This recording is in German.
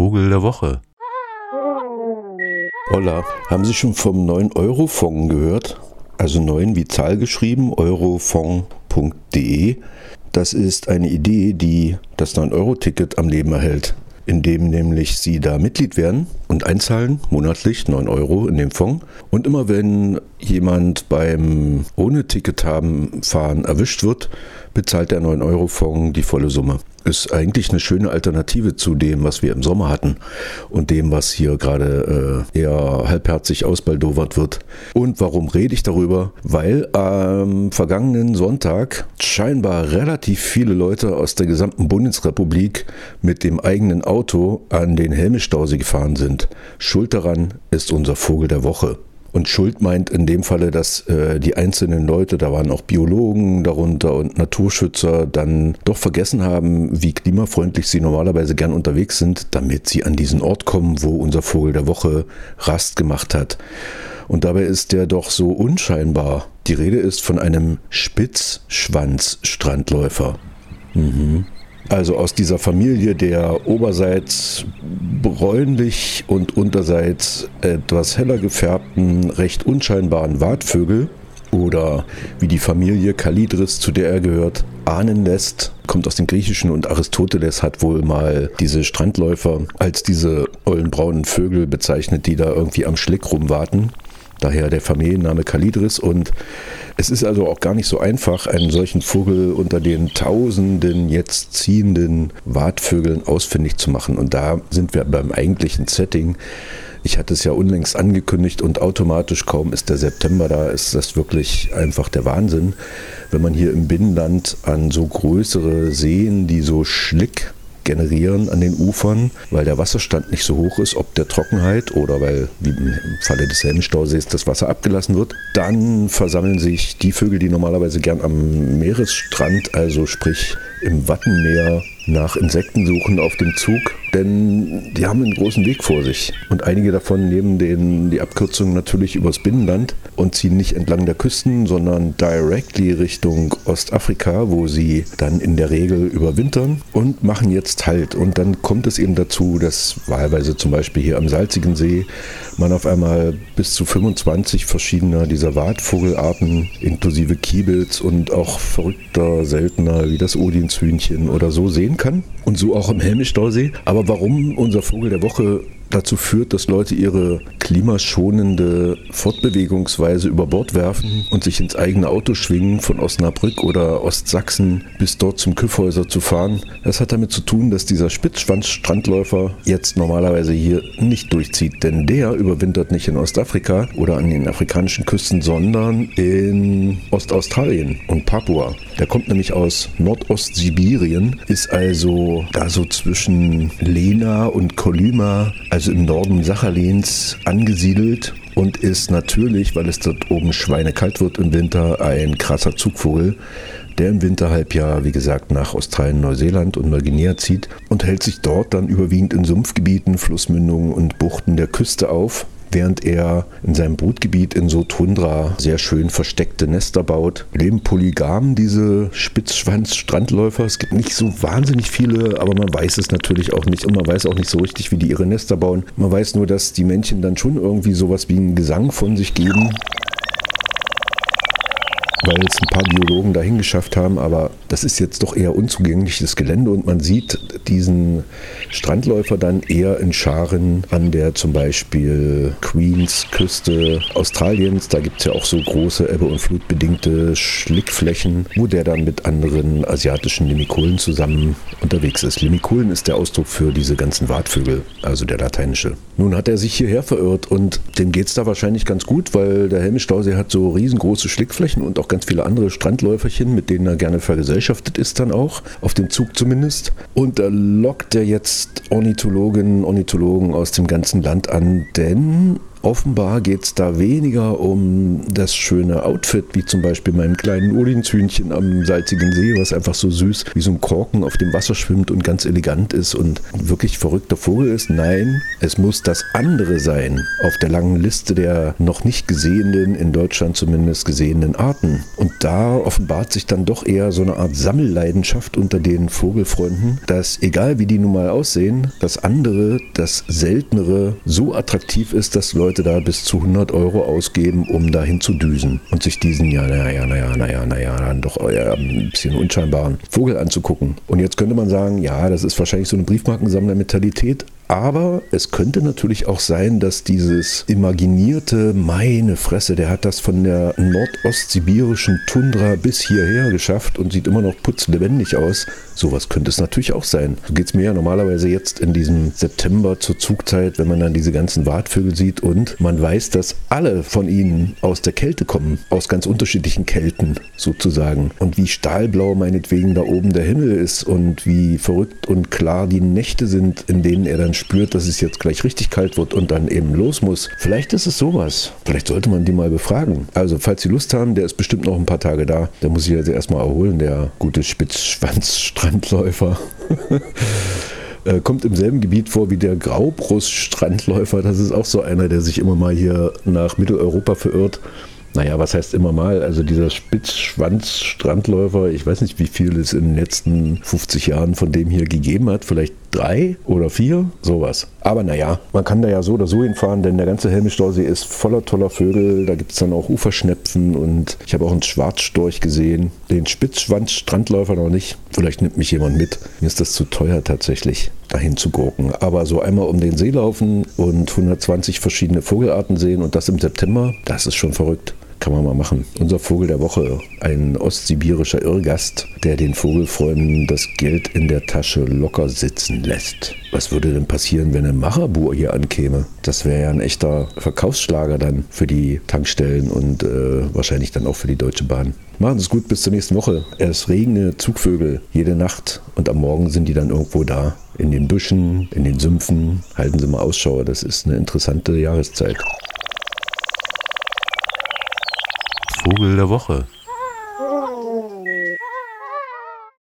Vogel der Woche. Holla, haben Sie schon vom 9-Euro-Fonds gehört? Also 9 wie Zahl geschrieben, eurofonds.de. Das ist eine Idee, die das 9-Euro-Ticket am Leben erhält, indem nämlich Sie da Mitglied werden und einzahlen, monatlich 9 Euro in den Fonds. Und immer wenn jemand beim ohne Ticket haben fahren erwischt wird, bezahlt der 9-Euro-Fonds die volle Summe. Ist eigentlich eine schöne Alternative zu dem, was wir im Sommer hatten und dem, was hier gerade eher halbherzig ausbaldowert wird. Und warum rede ich darüber? Weil am vergangenen Sonntag scheinbar relativ viele Leute aus der gesamten Bundesrepublik mit dem eigenen Auto an den Helmestausee gefahren sind. Schuld daran ist unser Vogel der Woche. Und Schuld meint in dem Falle, dass die einzelnen Leute, da waren auch Biologen darunter und Naturschützer, dann doch vergessen haben, wie klimafreundlich sie normalerweise gern unterwegs sind, damit sie an diesen Ort kommen, wo unser Vogel der Woche Rast gemacht hat. Und dabei ist der doch so unscheinbar. Die Rede ist von einem Spitzschwanz-Strandläufer. Also aus dieser Familie der oberseits bräunlich und unterseits etwas heller gefärbten, recht unscheinbaren Wartvögel oder wie die Familie Kalidris, zu der er gehört, ahnen lässt, kommt aus dem Griechischen und Aristoteles hat wohl mal diese Strandläufer als diese ollen braunen Vögel bezeichnet, die da irgendwie am Schlick rumwarten. Daher der Familienname Kalidris und es ist also auch gar nicht so einfach, einen solchen Vogel unter den tausenden jetzt ziehenden Wartvögeln ausfindig zu machen. Und da sind wir beim eigentlichen Setting. Ich hatte es ja unlängst angekündigt und automatisch, kaum ist der September da, ist das wirklich einfach der Wahnsinn, wenn man hier im Binnenland an so größere Seen, die so Schlick generieren an den Ufern, weil der Wasserstand nicht so hoch ist, ob der Trockenheit oder weil, wie im Falle des Helmstausees, das Wasser abgelassen wird. Dann versammeln sich die Vögel, die normalerweise gern am Meeresstrand, also sprich im Wattenmeer, nach Insekten suchen auf dem Zug, denn die haben einen großen Weg vor sich. Und einige davon nehmen die Abkürzung natürlich übers Binnenland und ziehen nicht entlang der Küsten, sondern directly Richtung Ostafrika, wo sie dann in der Regel überwintern und machen jetzt Halt. Und dann kommt es eben dazu, dass wahlweise zum Beispiel hier am Salzigen See man auf einmal bis zu 25 verschiedener dieser Wartvogelarten inklusive Kiebels und auch verrückter, seltener wie das Odinshühnchen oder so sehen kann. Und so auch im Helmstausee. Aber warum unser Vogel der Woche dazu führt, dass Leute ihre klimaschonende Fortbewegungsweise über Bord werfen und sich ins eigene Auto schwingen, von Osnabrück oder Ostsachsen bis dort zum Kyffhäuser zu fahren, das hat damit zu tun, dass dieser Spitzschwanz-Strandläufer jetzt normalerweise hier nicht durchzieht. Denn der überwintert nicht in Ostafrika oder an den afrikanischen Küsten, sondern in Ostaustralien und Papua. Der kommt nämlich aus Nordostsibirien, ist also da so zwischen Lena und Kolyma, also im Norden Sachalins, angesiedelt und ist natürlich, weil es dort oben schweinekalt wird im Winter, ein krasser Zugvogel, der im Winterhalbjahr, wie gesagt, nach Australien, Neuseeland und Neuguinea zieht und hält sich dort dann überwiegend in Sumpfgebieten, Flussmündungen und Buchten der Küste auf, während er in seinem Brutgebiet in so Tundra sehr schön versteckte Nester baut. Leben polygam, diese Spitzschwanz-Strandläufer. Es gibt nicht so wahnsinnig viele, aber man weiß es natürlich auch nicht und man weiß auch nicht so richtig, wie die ihre Nester bauen. Man weiß nur, dass die Männchen dann schon irgendwie sowas wie einen Gesang von sich geben, weil es ein paar Biologen dahin geschafft haben, aber das ist jetzt doch eher unzugängliches Gelände und man sieht diesen Strandläufer dann eher in Scharen an der zum Beispiel Queens-Küste Australiens. Da gibt es ja auch so große Ebbe- und Flutbedingte Schlickflächen, wo der dann mit anderen asiatischen Limikolen zusammen unterwegs ist. Limikolen ist der Ausdruck für diese ganzen Wartvögel, also der lateinische. Nun hat er sich hierher verirrt und dem geht es da wahrscheinlich ganz gut, weil der Helmstausee hat so riesengroße Schlickflächen und auch ganz viele andere Strandläuferchen, mit denen er gerne vergesellschaftet ist dann auch, auf dem Zug zumindest. Und da lockt er jetzt Ornithologinnen, Ornithologen aus dem ganzen Land an, denn Offenbar geht es da weniger um das schöne Outfit, wie zum Beispiel meinem kleinen Olinshühnchen am salzigen See, was einfach so süß wie so ein Korken auf dem Wasser schwimmt und ganz elegant ist und ein wirklich verrückter Vogel ist. Nein, es muss das andere sein auf der langen Liste der noch nicht gesehenen, in Deutschland zumindest gesehenen Arten. Und da offenbart sich dann doch eher so eine Art Sammelleidenschaft unter den Vogelfreunden, dass egal wie die nun mal aussehen, das andere, das Seltenere so attraktiv ist, dass Leute da bis zu 100 Euro ausgeben, um dahin zu düsen und sich diesen, dann doch ein bisschen unscheinbaren Vogel anzugucken. Und jetzt könnte man sagen, ja, das ist wahrscheinlich so eine Briefmarkensammler-Mentalität, aber es könnte natürlich auch sein, dass dieses imaginierte, meine Fresse, der hat das von der nordostsibirischen Tundra bis hierher geschafft und sieht immer noch putzlebendig aus. Sowas könnte es natürlich auch sein. So geht es mir ja normalerweise jetzt in diesem September zur Zugzeit, wenn man dann diese ganzen Wartvögel sieht und man weiß, dass alle von ihnen aus der Kälte kommen, aus ganz unterschiedlichen Kälten sozusagen. Und wie stahlblau meinetwegen da oben der Himmel ist und wie verrückt und klar die Nächte sind, in denen er dann spürt, dass es jetzt gleich richtig kalt wird und dann eben los muss. Vielleicht ist es sowas. Vielleicht sollte man die mal befragen. Also, falls Sie Lust haben, der ist bestimmt noch ein paar Tage da. Der muss sich also erstmal erholen, der gute Spitzschwanz-Strandläufer. Kommt im selben Gebiet vor wie der Graubrust-Strandläufer. Das ist auch so einer, der sich immer mal hier nach Mitteleuropa verirrt. Naja, was heißt immer mal? Also dieser Spitzschwanz-Strandläufer, ich weiß nicht, wie viel es in den letzten 50 Jahren von dem hier gegeben hat. Vielleicht 3 oder 4, sowas. Aber naja, man kann da ja so oder so hinfahren, denn der ganze Helmstausee ist voller toller Vögel. Da gibt es dann auch Uferschnepfen und ich habe auch einen Schwarzstorch gesehen. Den Spitzschwanz-Strandläufer noch nicht. Vielleicht nimmt mich jemand mit. Mir ist das zu teuer tatsächlich, dahin zu gurken. Aber so einmal um den See laufen und 120 verschiedene Vogelarten sehen und das im September, das ist schon verrückt. Kann man mal machen. Unser Vogel der Woche, ein ostsibirischer Irrgast, der den Vogelfreunden das Geld in der Tasche locker sitzen lässt. Was würde denn passieren, wenn ein Machabu hier ankäme? Das wäre ja ein echter Verkaufsschlager dann für die Tankstellen und wahrscheinlich dann auch für die Deutsche Bahn. Machen Sie es gut, bis zur nächsten Woche. Es regnet Zugvögel jede Nacht und am Morgen sind die dann irgendwo da. In den Büschen, in den Sümpfen. Halten Sie mal Ausschau, das ist eine interessante Jahreszeit. Vogel der Woche.